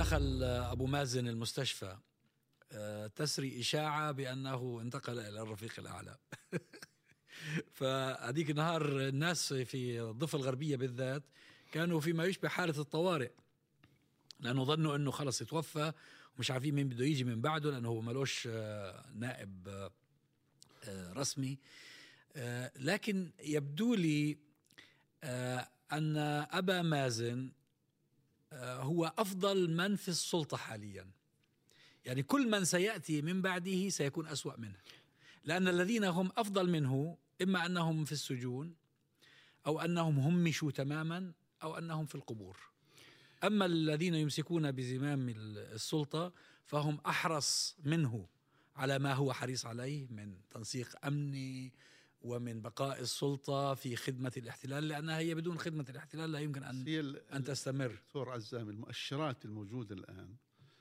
دخل أبو مازن المستشفى تسري إشاعة بأنه انتقل إلى الرفيق الأعلى. فهذيك النهار الناس في الضفة الغربية بالذات كانوا فيما يشبه حالة الطوارئ، لأنه ظنوا أنه خلص يتوفى ومش عارفين مين بده يجي من بعده، لأنه هو ملوش نائب رسمي. لكن يبدو لي أن أبا مازن هو أفضل من في السلطة حاليا، يعني كل من سيأتي من بعده سيكون أسوأ منه، لأن الذين هم أفضل منه إما أنهم في السجون أو أنهم همشوا تماما أو أنهم في القبور. أما الذين يمسكون بزمام السلطة فهم أحرص منه على ما هو حريص عليه من تنسيق أمني ومن بقاء السلطة في خدمة الاحتلال، لأنها هي بدون خدمة الاحتلال لا يمكن أن تستمر. دكتور عزام، المؤشرات الموجودة الآن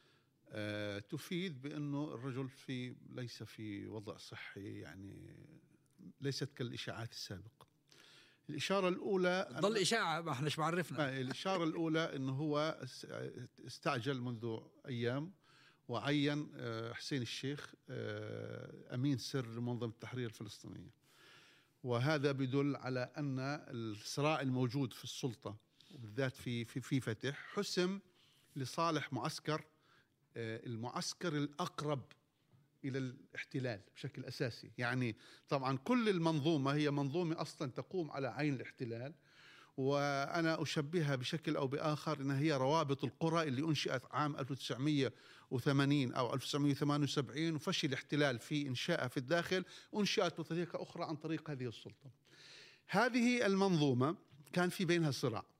تفيد بأنه الرجل ليس في وضع صحي، يعني ليست كالإشاعات السابقة. الإشارة الأولى ضل إشاعة، ما احناش بعرفنا. الإشارة الأولى أنه هو استعجل منذ أيام وعين حسين الشيخ أمين سر منظمة التحرير الفلسطينية، وهذا بيدل على أن الصراع الموجود في السلطة وبالذات في فتح حسم لصالح المعسكر الأقرب إلى الاحتلال بشكل أساسي. يعني طبعا كل المنظومة هي منظومة أصلا تقوم على عين الاحتلال، وأنا أشبهها بشكل أو بآخر إنها هي روابط القرى اللي أنشئت عام 1980 أو 1978 وفشل الاحتلال في إنشائها في الداخل، أنشئت بطريقة أخرى عن طريق هذه السلطة. هذه المنظومة كان في بينها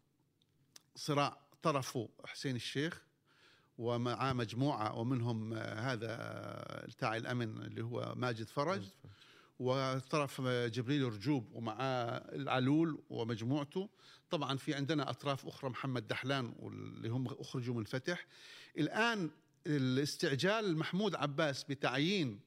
صراع طرفه حسين الشيخ ومع مجموعة ومنهم هذا بتاع الأمن اللي هو ماجد فرج، وطرف جبريل رجوب ومع العلول ومجموعته. طبعا في عندنا أطراف أخرى محمد دحلان واللي هم أخرجوا من الفتح. الآن الاستعجال محمود عباس بتعيين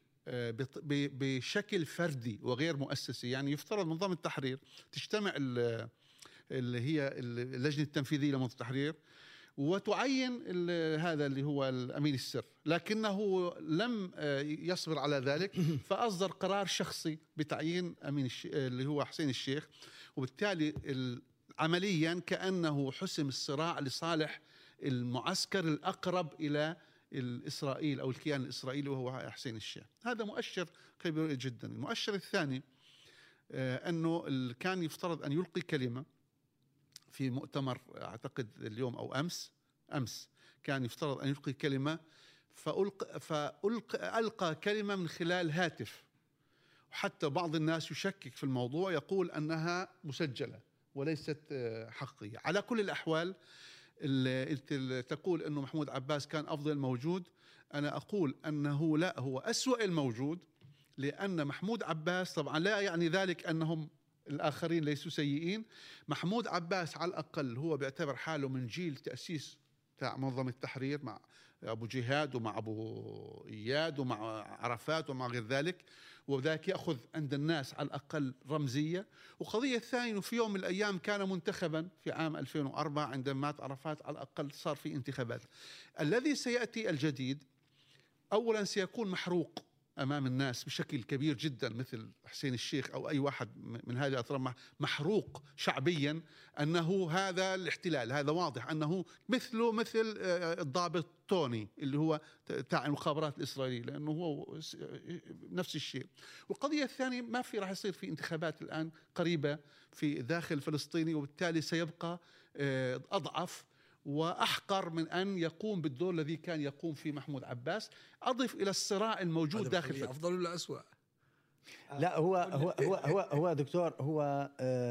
بشكل فردي وغير مؤسسي، يعني يفترض منظمة التحرير تجتمع اللي هي اللجنة التنفيذية لمنظمة التحرير وتعين هذا اللي هو الأمين السر، لكنه لم يصبر على ذلك فأصدر قرار شخصي بتعيين أمين اللي هو حسين الشيخ، وبالتالي عمليا كأنه حسم الصراع لصالح المعسكر الأقرب إلى إسرائيل أو الكيان الإسرائيلي وهو حسين الشيخ. هذا مؤشر كبير جدا. المؤشر الثاني أنه كان يفترض أن يلقي كلمة في مؤتمر أعتقد اليوم أو أمس كان يفترض أن يلقي كلمة، فألقى كلمة من خلال هاتف، وحتى بعض الناس يشكك في الموضوع يقول أنها مسجلة وليست حقيقية. على كل الأحوال تقول أنه محمود عباس كان أفضل موجود، أنا أقول أنه لا، هو أسوأ الموجود، لأن محمود عباس طبعا لا يعني ذلك أنهم الآخرين ليسوا سيئين. محمود عباس على الأقل هو بيعتبر حاله من جيل تأسيس تاع منظمة التحرير مع أبو جهاد ومع أبو إياد ومع عرفات ومع غير ذلك، وذاك يأخذ عند الناس على الأقل رمزية. وقضية ثانية، في يوم من الأيام كان منتخبا في عام 2004 عندما مات عرفات، على الأقل صار في انتخابات. الذي سيأتي الجديد أولا سيكون محروق أمام الناس بشكل كبير جدا، مثل حسين الشيخ أو أي واحد من هذه الأطراف، محروق شعبيا أنه هذا الاحتلال. هذا واضح أنه مثل الضابط توني اللي هو تاع المخابرات الإسرائيلية، لأنه هو نفس الشيء. والقضية الثانية، ما في راح يصير في انتخابات الآن قريبة في داخل فلسطيني، وبالتالي سيبقى أضعف وأحقر من أن يقوم بالدور الذي كان يقوم فيه محمود عباس. أضف إلى الصراع الموجود داخل أفضل ولا أسوأ؟ لا، هو دكتور، هو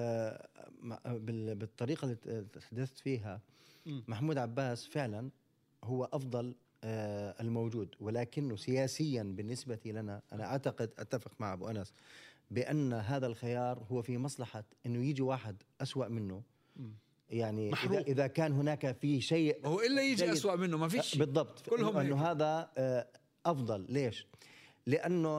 بالطريقة اللي تحدثت فيها محمود عباس فعلا هو أفضل الموجود، ولكنه سياسيا بالنسبة لنا أنا أعتقد أتفق مع أبو أنس بأن هذا الخيار هو في مصلحة أنه يجي واحد أسوأ منه. يعني إذا كان هناك في شيء هو إلا يجي أسوأ منه ما فيش بالضبط، كلهم أنه هذا أفضل. ليش؟ لأنه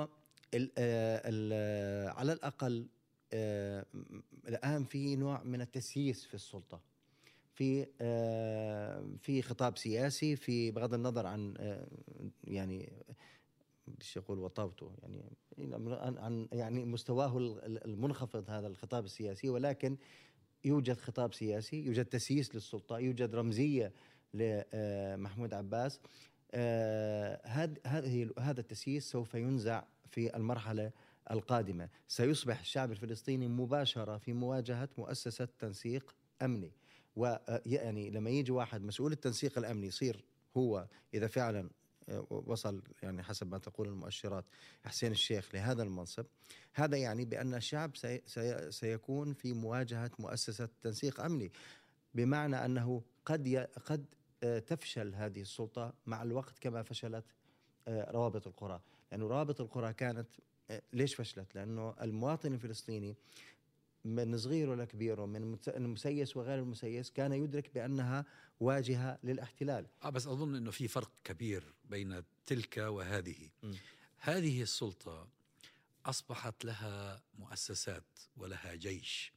على الأقل الآن في نوع من التسييس في السلطة، في خطاب سياسي، في بغض النظر عن يعني بديش أقول وطاوته، عن يعني مستواه المنخفض هذا الخطاب السياسي، ولكن يوجد خطاب سياسي، يوجد تسييس للسلطة، يوجد رمزية لمحمود عباس. هذا التسييس سوف ينزع في المرحلة القادمة. سيصبح الشعب الفلسطيني مباشرة في مواجهة مؤسسة تنسيق أمني. ويعني لما يجي واحد مسؤول التنسيق الأمني يصير هو، إذا فعلا وصل يعني حسب ما تقول المؤشرات حسين الشيخ لهذا المنصب، هذا يعني بأن الشعب سيكون في مواجهة مؤسسة تنسيق أمني، بمعنى أنه قد تفشل هذه السلطة مع الوقت كما فشلت روابط القرى. لأنه روابط القرى كانت ليش فشلت؟ لأنه المواطن الفلسطيني من صغير ولا كبير، من المسيس وغير المسيس، كان يدرك بأنها واجهة للاحتلال. بس أظن أنه في فرق كبير بين تلك وهذه. هذه السلطة أصبحت لها مؤسسات ولها جيش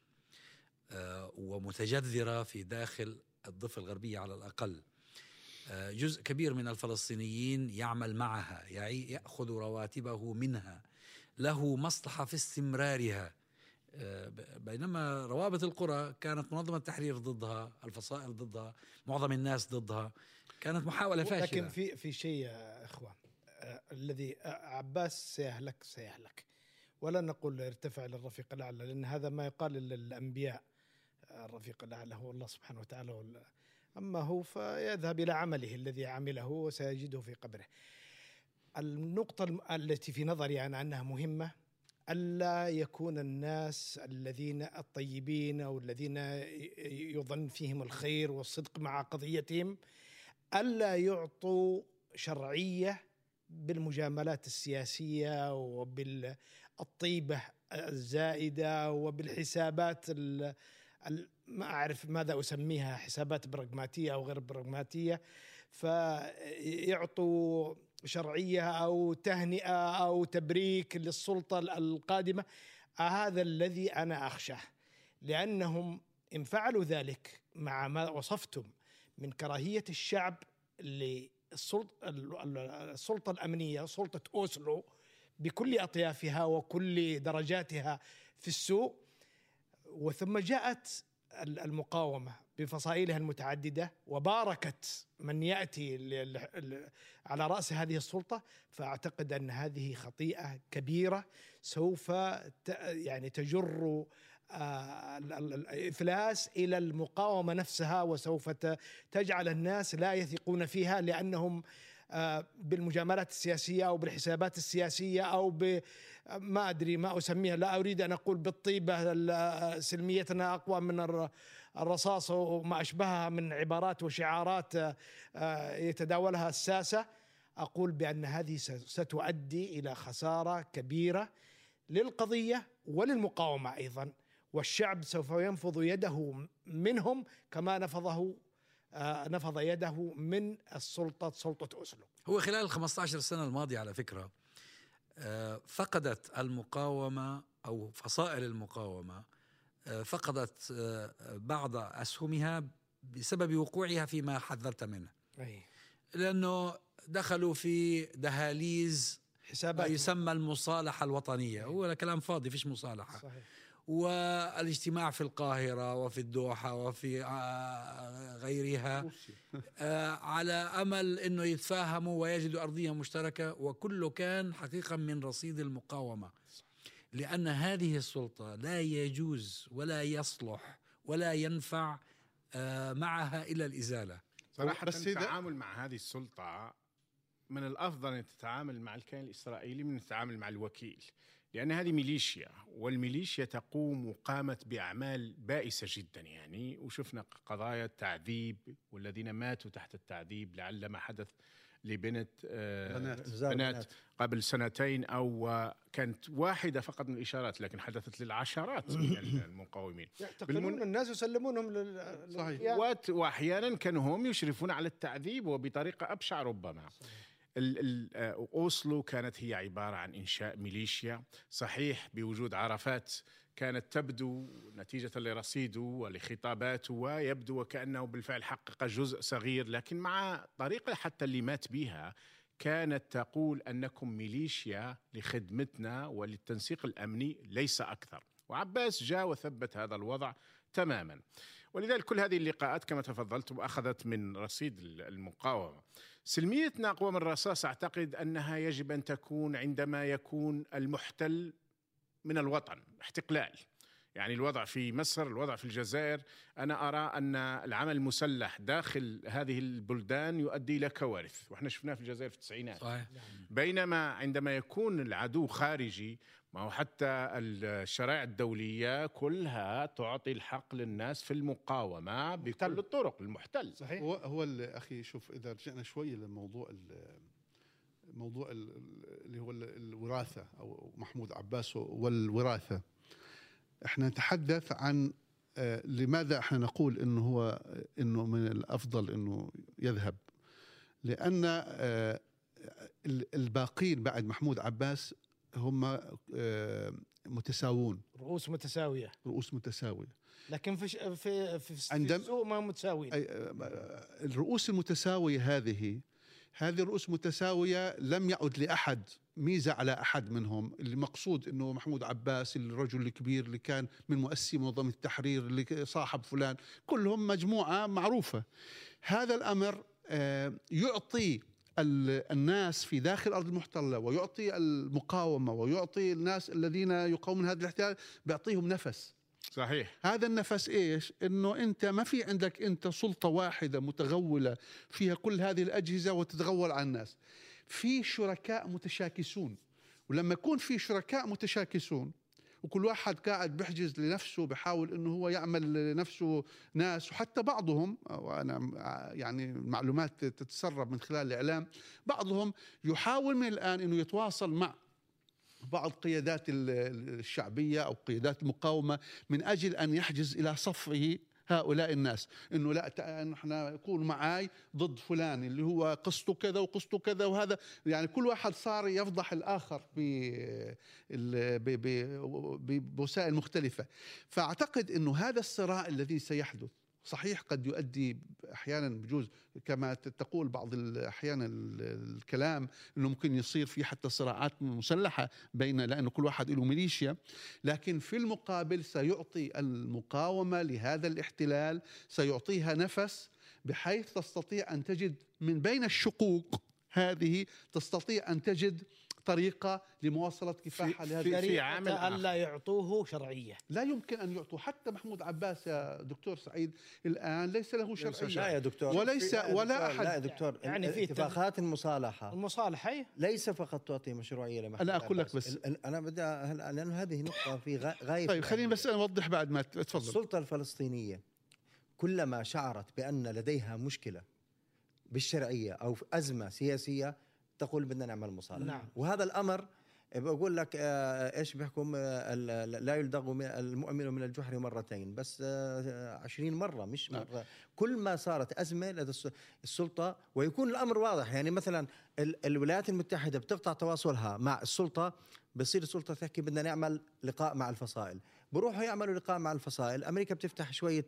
ومتجذرة في داخل الضفة الغربية على الأقل. جزء كبير من الفلسطينيين يعمل معها، يأخذ رواتبه منها، له مصلحة في استمرارها. بينما روابط القرى كانت منظمة التحرير ضدها، الفصائل ضدها، معظم الناس ضدها، كانت محاولة فاشلة. لكن في شيء يا إخوان، الذي عباس سيهلك، ولا نقول ارتفع للرفيق الأعلى، لأن هذا ما يقال للأنبياء، الرفيق الأعلى هو الله سبحانه وتعالى، أما هو فيذهب إلى عمله الذي عمله وسيجده في قبره. النقطة التي في نظري أنا أنها مهمة، ألا يكون الناس الذين الطيبين أو الذين يظن فيهم الخير والصدق مع قضيتهم ألا يعطوا شرعية بالمجاملات السياسية وبالطيبة الزائدة وبالحسابات ما أعرف ماذا أسميها، حسابات براغماتية أو غير براغماتية، فيعطوا شرعية أو تهنئة أو تبريك للسلطة القادمة. هذا الذي أنا أخشاه، لأنهم إن فعلوا ذلك مع ما وصفتم من كراهية الشعب للسلطة الأمنية، سلطة أوسلو بكل أطيافها وكل درجاتها في السوء، وثم جاءت المقاومة بفصائلها المتعددة وباركت من يأتي على رأس هذه السلطة، فأعتقد أن هذه خطيئة كبيرة سوف يعني تجر الإفلاس إلى المقاومة نفسها، وسوف تجعل الناس لا يثقون فيها، لأنهم بالمجاملات السياسية أو بالحسابات السياسية أو ما أدري ما أسميها، لا أريد أن أقول بالطيبة سلميتنا أقوى من الرصاص وما أشبهها من عبارات وشعارات يتداولها الساسة، أقول بأن هذه ستؤدي إلى خسارة كبيرة للقضية وللمقاومة أيضا، والشعب سوف ينفض يده منهم كما نفض يده من سلطة أوسلو. هو خلال 15 سنة الماضية على فكرة فقدت المقاومة أو فصائل المقاومة فقدت بعض أسهمها بسبب وقوعها فيما حذرت منه، لأنه دخلوا في دهاليز حسابات يسمى المصالحة الوطنية. هو كلام فاضي، فيش مصالحة. صحيح. والاجتماع في القاهرة وفي الدوحة وفي غيرها على أمل أنه يتفاهموا ويجدوا أرضية مشتركة، وكله كان حقيقة من رصيد المقاومة، لأن هذه السلطة لا يجوز ولا يصلح ولا ينفع معها إلى الإزالة. صراحة التعامل مع هذه السلطة من الأفضل أن تتعامل مع الكيان الإسرائيلي من التعامل مع الوكيل، لأن هذه ميليشيا، والميليشيا تقوم وقامت بأعمال بائسة جدا يعني، وشفنا قضايا التعذيب والذين ماتوا تحت التعذيب، لعل ما حدث لبنت بنات قبل سنتين، أو كانت واحدة فقط من الإشارات لكن حدثت للعشرات من المقاومين، يعتقلون الناس ويسلمونهم صحيح. وأحيانا كانوا هم يشرفون على التعذيب وبطريقة أبشع ربما. أوسلو كانت هي عبارة عن إنشاء ميليشيا، صحيح بوجود عرفات كانت تبدو نتيجة لرصيده ولخطاباته، ويبدو وكأنه بالفعل حقق جزء صغير، لكن مع طريقة حتى اللي مات بها كانت تقول أنكم ميليشيا لخدمتنا وللتنسيق الأمني ليس أكثر. وعباس جاء وثبت هذا الوضع تماما. ولذلك كل هذه اللقاءات كما تفضلتم أخذت من رصيد المقاومة. سلميتنا أقوى من الرصاص أعتقد أنها يجب أن تكون عندما يكون المحتل من الوطن، احتقلال. يعني الوضع في مصر، الوضع في الجزائر، أنا أرى أن العمل المسلح داخل هذه البلدان يؤدي إلى كوارث، وإحنا شفناه في الجزائر في التسعينات. صحيح. بينما عندما يكون العدو خارجي، ما هو حتى الشرائع الدولية كلها تعطي الحق للناس في المقاومة بكل الطرق المحتل. صحيح. هو أخي شوف، إذا رجعنا شوي للموضوع الموضوع اللي هو الوراثة أو محمود عباس والوراثة، احنا نتحدث عن لماذا احنا نقول انه من الافضل انه يذهب، لان الباقين بعد محمود عباس هم متساوون، رؤوس متساوية، لكن في السوق ما متساويين. الرؤوس المتساوية هذه الرؤوس المتساوية لم يعد لأحد ميزة على أحد منهم. اللي مقصود أنه محمود عباس الرجل الكبير اللي كان من مؤسسي منظمة التحرير اللي صاحب فلان، كلهم مجموعة معروفة. هذا الأمر يعطي الناس في داخل الأرض المحتلة، ويعطي المقاومة، ويعطي الناس الذين يقاومون هذا الاحتلال، بيعطيهم نفس. صحيح. هذا النفس إيش؟ إنه أنت ما في عندك أنت سلطة واحدة متغولة فيها كل هذه الأجهزة وتتغول على الناس. في شركاء متشاكسون، ولما يكون في شركاء متشاكسون وكل واحد قاعد بيحجز لنفسه، بحاول إنه هو يعمل لنفسه ناس، وحتى بعضهم، وأنا يعني المعلومات تتسرب من خلال الإعلام، بعضهم يحاول من الآن إنه يتواصل مع بعض قيادات الشعبية أو قيادات المقاومة من أجل أن يحجز إلى صفه هؤلاء الناس، إنه لا نحن يكون معاي ضد فلان اللي هو قصته كذا وقصته كذا وهذا. يعني كل واحد صار يفضح الآخر بوسائل مختلفة. فأعتقد إنه هذا الصراع الذي سيحدث صحيح قد يؤدي أحيانا بجوز كما تقول بعض الأحيان الكلام إنه ممكن يصير في حتى صراعات مسلحة لأنه كل واحد له ميليشيا، لكن في المقابل سيعطي المقاومة لهذا الاحتلال، سيعطيها نفس بحيث تستطيع أن تجد من بين الشقوق هذه، تستطيع أن تجد طريقة لمواصلة كفاحها لهذا في عامل ألا يعطوه شرعية. لا يمكن أن يعطوا. حتى محمود عباس يا دكتور سعيد الآن ليس له شرعية. لا يا دكتور، وليس ولا أحد. لا يا دكتور، يعني في اتفاقات المصالحة ليس فقط تعطي مشروعية لمحمود أنا أقول لك عباس. بس أنا بدي لأنه هذه نقطة في غاية. طيب خليني بس أوضح بعد ما تفضل. السلطة الفلسطينية كلما شعرت بأن لديها مشكلة بالشرعية أو أزمة سياسية تقول بدنا نعمل مصالحة. نعم. وهذا الأمر بقول لك إيش بيحكم، لا يلدغ المؤمن من الجحر مرتين، بس 20 مرة مش مرة. نعم. كل ما صارت أزمة لدى السلطة ويكون الأمر واضح، يعني مثلا الولايات المتحدة بتقطع تواصلها مع السلطة، بصير السلطة تحكي بدنا نعمل لقاء مع الفصائل، بروحوا يعملوا لقاء مع الفصائل. أمريكا بتفتح شوية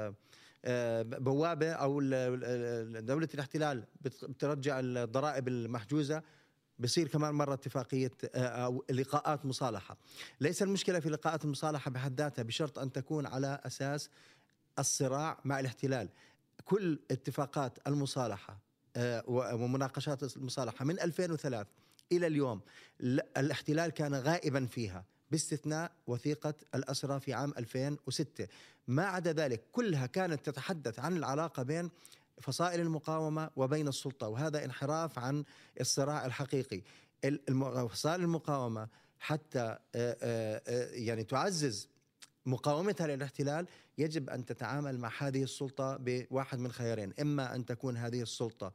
بوابة، أو دولة الاحتلال بترجع الضرائب المحجوزة، بصير كمان مرة اتفاقية أو لقاءات مصالحة. ليس المشكلة في لقاءات المصالحة بحد ذاتها، بشرط أن تكون على أساس الصراع مع الاحتلال. كل اتفاقات المصالحة ومناقشات المصالحة من 2003 إلى اليوم الاحتلال كان غائبا فيها، باستثناء وثيقة الأسرى في عام 2006. ما عدا ذلك كلها كانت تتحدث عن العلاقة بين فصائل المقاومة وبين السلطة، وهذا انحراف عن الصراع الحقيقي. فصائل المقاومة حتى يعني تعزز مقاومتها للاحتلال يجب أن تتعامل مع هذه السلطة بواحد من خيارين: إما أن تكون هذه السلطة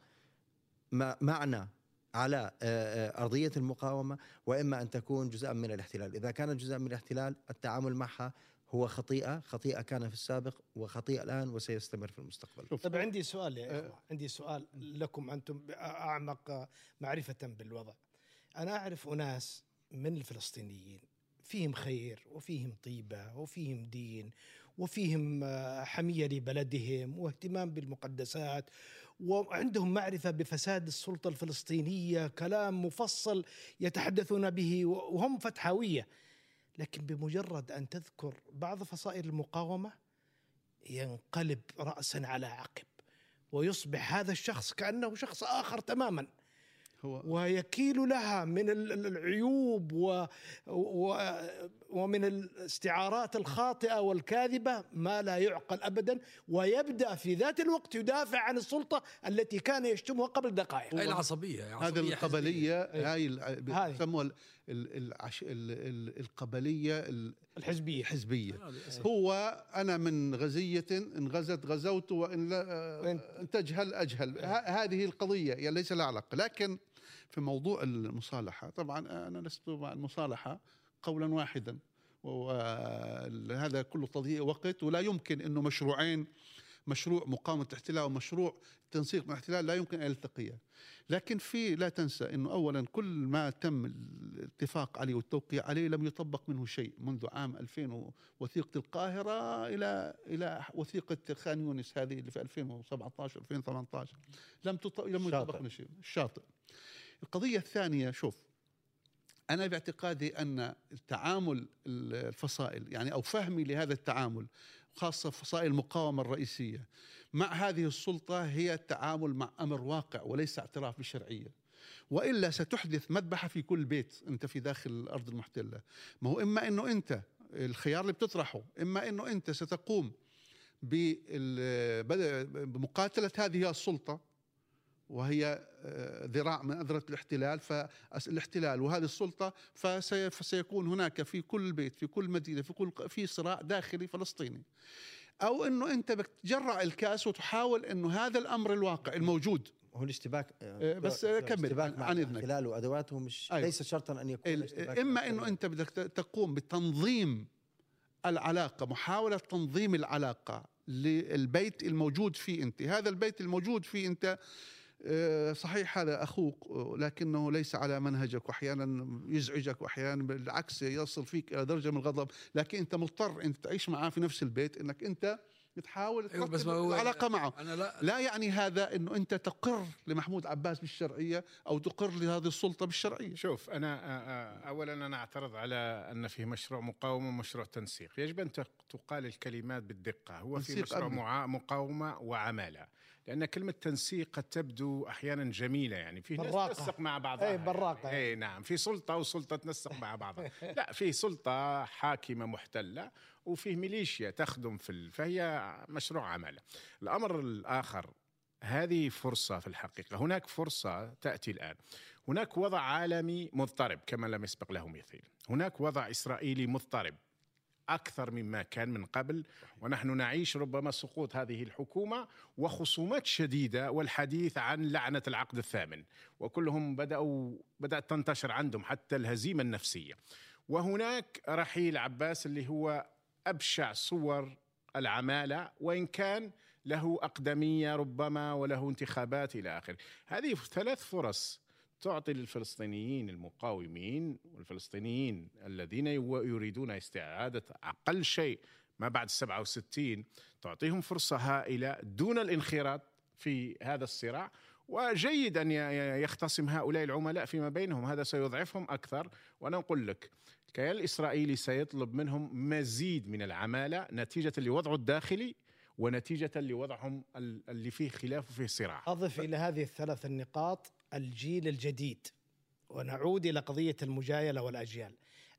معنا على أرضية المقاومة، وإما أن تكون جزءا من الاحتلال. إذا كانت جزءا من الاحتلال التعامل معها هو خطيئة كان في السابق وخطيئة الآن وسيستمر في المستقبل. طب عندي سؤال يا إخوة، عندي سؤال لكم أنتم أعمق معرفة بالوضع. أنا أعرف أناس من الفلسطينيين فيهم خير وفيهم طيبة وفيهم دين وفيهم حمية لبلدهم واهتمام بالمقدسات، وعندهم معرفة بفساد السلطة الفلسطينية، كلام مفصل يتحدثون به وهم فتحاوية. لكن بمجرد أن تذكر بعض فصائل المقاومة ينقلب رأسا على عقب، ويصبح هذا الشخص كأنه شخص آخر تماما، ويكيل لها من العيوب ومن الاستعارات الخاطئة والكاذبة ما لا يعقل أبدا، ويبدأ في ذات الوقت يدافع عن السلطة التي كان يشتمها قبل دقائق. هي العصبية، هذه القبلية، هاي بيسموها القبلية الحزبية. هو أنا من غزية إن غزوت وإن إن تجهل أجهل. هذه القضية يعني ليس لها علاقة. لكن في موضوع المصالحة، طبعا أنا لست مع المصالحة قولا واحدا، وهذا كله تضييع وقت، ولا يمكن إنه مشروعين، مشروع مقاومة الاحتلال ومشروع تنسيق مع الاحتلال، لا يمكن أن يلتقيا. لكن لا تنسى أنه أولا كل ما تم الاتفاق عليه والتوقيع عليه لم يطبق منه شيء منذ عام 2000 وثيقة القاهرة إلى وثيقة خان يونس هذه اللي في 2017 2018 لم يطبق منه شيء. الشاطئ. القضية الثانية، شوف، أنا باعتقادي أن التعامل الفصائل يعني أو فهمي لهذا التعامل، خاصة فصائل المقاومة الرئيسية مع هذه السلطة، هي التعامل مع أمر واقع وليس اعتراف بالشرعية، وإلا ستحدث مذبحة في كل بيت أنت في داخل الأرض المحتلة. ما هو إما أنه أنت الخيار اللي بتطرحه، إما أنه أنت ستقوم بمقاتلة هذه السلطة وهي ذراع من أذرة الاحتلال وهذه السلطة، فسيكون هناك في كل بيت في كل مدينة في صراع داخلي فلسطيني، أو أنه أنت بتجرع الكاس وتحاول أنه هذا الأمر الواقع الموجود. هو الاشتباك بس كمل عن الاحتلال وأدواته مش ليس شرطا أن يكون إما أنه أنت بدك تقوم بتنظيم العلاقة، محاولة تنظيم العلاقة للبيت الموجود فيه أنت. هذا البيت الموجود فيه أنت صحيح هذا أخوك، لكنه ليس على منهجك، وأحيانا يزعجك، وأحيانا بالعكس يصل فيك إلى درجة من الغضب، لكن أنت مضطر أنت تعيش معه في نفس البيت، أنك أنت تحاول ترتب العلاقة معه. لا يعني هذا أنه أنت تقر لمحمود عباس بالشرعية أو تقر لهذه السلطة بالشرعية. شوف، أنا أولا أنا أعترض على أن فيه مشروع مقاومة ومشروع تنسيق. يجب أن تقال الكلمات بالدقة. هو في مشروع مقاومة وعمالة، لأن كلمة تنسيق قد تبدو أحيانا جميلة، يعني في ناس تنسق مع بعضها. براقة. أي نعم، في سلطة وسلطة تنسق مع بعضها. لا، في سلطة حاكمة محتلة وفيه ميليشيا تخدم فهي مشروع عمالة. الأمر الآخر، هذه فرصة في الحقيقة، هناك فرصة تأتي الآن. هناك وضع عالمي مضطرب كما لم يسبق له مثيل، هناك وضع إسرائيلي مضطرب أكثر مما كان من قبل، ونحن نعيش ربما سقوط هذه الحكومة وخصومات شديدة والحديث عن لعنة العقد الثامن، وكلهم بدأت تنتشر عندهم حتى الهزيمة النفسية. وهناك رحيل عباس اللي هو أبشع صور العمالة، وإن كان له أقدمية ربما وله انتخابات إلى آخره. هذه 3 فرص تعطي للفلسطينيين المقاومين والفلسطينيين الذين يريدون استعادة أقل شيء ما بعد 67، تعطيهم فرصة هائلة دون الانخراط في هذا الصراع. وجيد أن يختصم هؤلاء العملاء فيما بينهم، هذا سيضعفهم أكثر. وأنا أقول لك الكيان الإسرائيلي سيطلب منهم مزيد من العمالة نتيجة لوضعه الداخلي ونتيجة لوضعهم اللي فيه خلاف وفيه صراع. أضف إلى هذه ال3 النقاط الجيل الجديد، ونعود إلى قضية المجايلة والأجيال.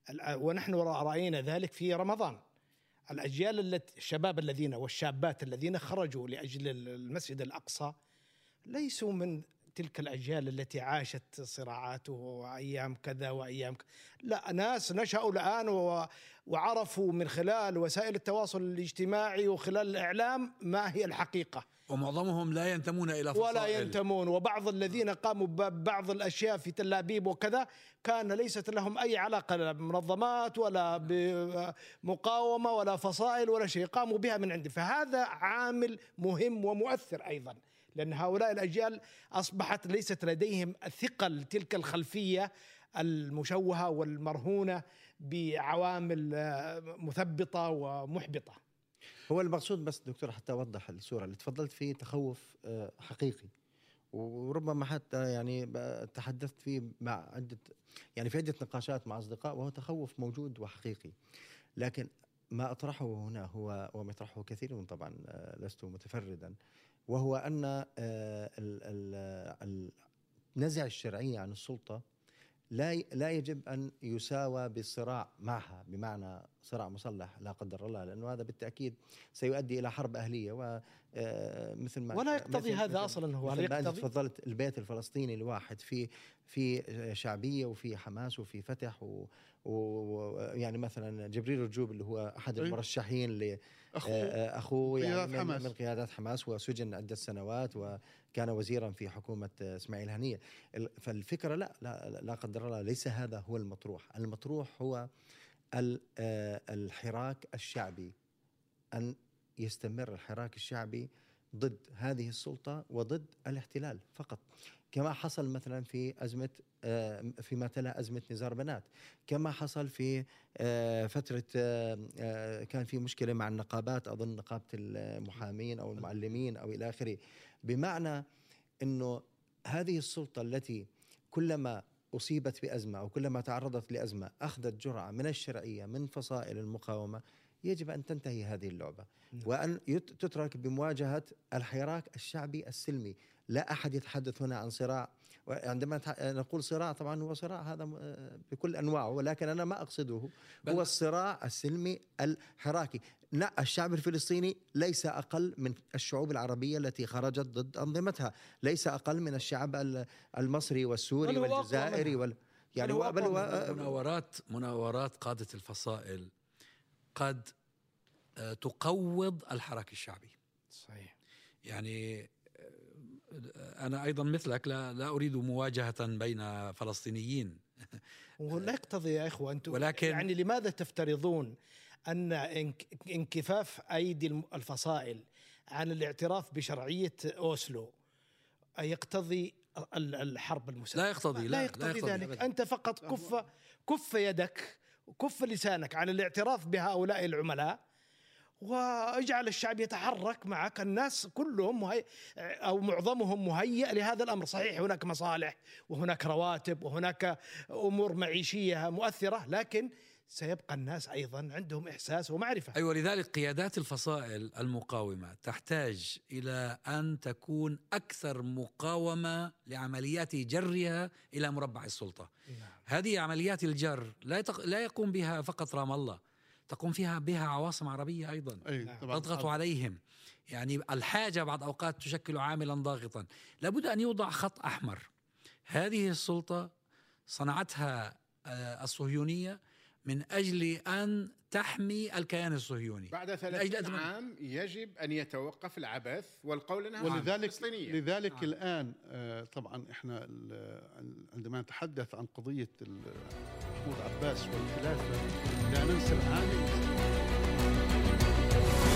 ونحن رأينا ذلك في رمضان. الأجيال الشباب الذين والشابات الذين خرجوا لأجل المسجد الأقصى ليسوا من تلك الأجيال التي عاشت صراعاته وأيام كذا وأيام كذا. لا، ناس نشأوا الآن وعرفوا من خلال وسائل التواصل الاجتماعي وخلال الإعلام ما هي الحقيقة، ومعظمهم لا ينتمون إلى فصائل ولا ينتمون. وبعض الذين قاموا ببعض الأشياء في تل أبيب وكذا كان ليست لهم أي علاقة لا بمنظمات ولا بمقاومة ولا فصائل ولا شيء، قاموا بها من عنده. فهذا عامل مهم ومؤثر أيضا، لأن هؤلاء الأجيال أصبحت ليست لديهم ثقل تلك الخلفية المشوهة والمرهونة بعوامل مثبطة ومحبطة. هو المقصود بس دكتور حتى أوضح الصورة اللي تفضلت فيه تخوف حقيقي، وربما حتى يعني تحدثت فيه مع عدة يعني في عدة نقاشات مع أصدقاء، وهو تخوف موجود وحقيقي. لكن ما أطرحه هنا هو وما يطرحه كثيرون طبعا، لست متفردا، وهو أن نزع الشرعية عن السلطة لا يجب أن يساوى بالصراع معها، بمعنى صراع مسلح لا قدر الله، لأنه هذا بالتأكيد سيؤدي إلى حرب أهلية. ومثل ما ولا يقتضي هذا أصلا. هو مثل ما أنت تفضلت البيت الفلسطيني الواحد في شعبية وفي حماس وفي فتح ويعني مثلا جبريل رجوب اللي هو أحد المرشحين أخوه يعني من قيادات حماس، وسجن عدة سنوات وكان وزيرا في حكومة إسماعيل هنية. فالفكرة لا قدر الله ليس هذا هو المطروح. المطروح هو الحراك الشعبي، أن يستمر الحراك الشعبي ضد هذه السلطة وضد الاحتلال فقط، كما حصل مثلا في أزمة فيما تلا أزمة نزار بنات، كما حصل في فترة كان في مشكلة مع النقابات، أظن نقابة المحامين أو المعلمين أو إلى آخره. بمعنى أنه هذه السلطة التي كلما أصيبت بأزمة أو كلما تعرضت لأزمة أخذت جرعة من الشرعية من فصائل المقاومة، يجب أن تنتهي هذه اللعبة وأن تترك بمواجهة الحراك الشعبي السلمي. لا أحد يتحدث هنا عن صراع، وعندما نقول صراع طبعا هو صراع هذا بكل أنواعه، ولكن أنا ما أقصده هو الصراع السلمي الحراكي. لا، الشعب الفلسطيني ليس أقل من الشعوب العربية التي خرجت ضد أنظمتها، ليس أقل من الشعب المصري والسوري والجزائري يعني مناورات قادة الفصائل قد تقوض الحراك الشعبي. صحيح. يعني أنا أيضا مثلك لا أريد مواجهة بين فلسطينيين ولا يقتضي يا إخوة أنتم، ولكن يعني لماذا تفترضون أن انكفاف أيدي الفصائل عن الاعتراف بشرعية أوسلو يقتضي الحرب المسلحة؟ لا يقتضي ذلك. أنت فقط كف يدك وكف لسانك عن الاعتراف بهؤلاء العملاء، واجعل الشعب يتحرك معك. الناس كلهم أو معظمهم مهيئ لهذا الأمر. صحيح هناك مصالح وهناك رواتب وهناك أمور معيشية مؤثرة، لكن سيبقى الناس أيضا عندهم إحساس ومعرفة. أيوة، لذلك قيادات الفصائل المقاومة تحتاج إلى أن تكون أكثر مقاومة لعمليات جرها إلى مربع السلطة. هذه عمليات الجر لا يقوم بها فقط رام الله، تقوم بها عواصم عربية أيضا تضغط عليهم. يعني الحاجة بعض أوقات تشكل عاملا ضاغطا. لابد أن يوضع خط أحمر. هذه السلطة صنعتها الصهيونية من أجل أن تحمي الكيان الصهيوني. بعد 30 عام يجب أن يتوقف العبث والقول أنها ولذلك الآن طبعا إحنا عندما نتحدث عن قضية محمود عباس والخلافة لا ننسى العامل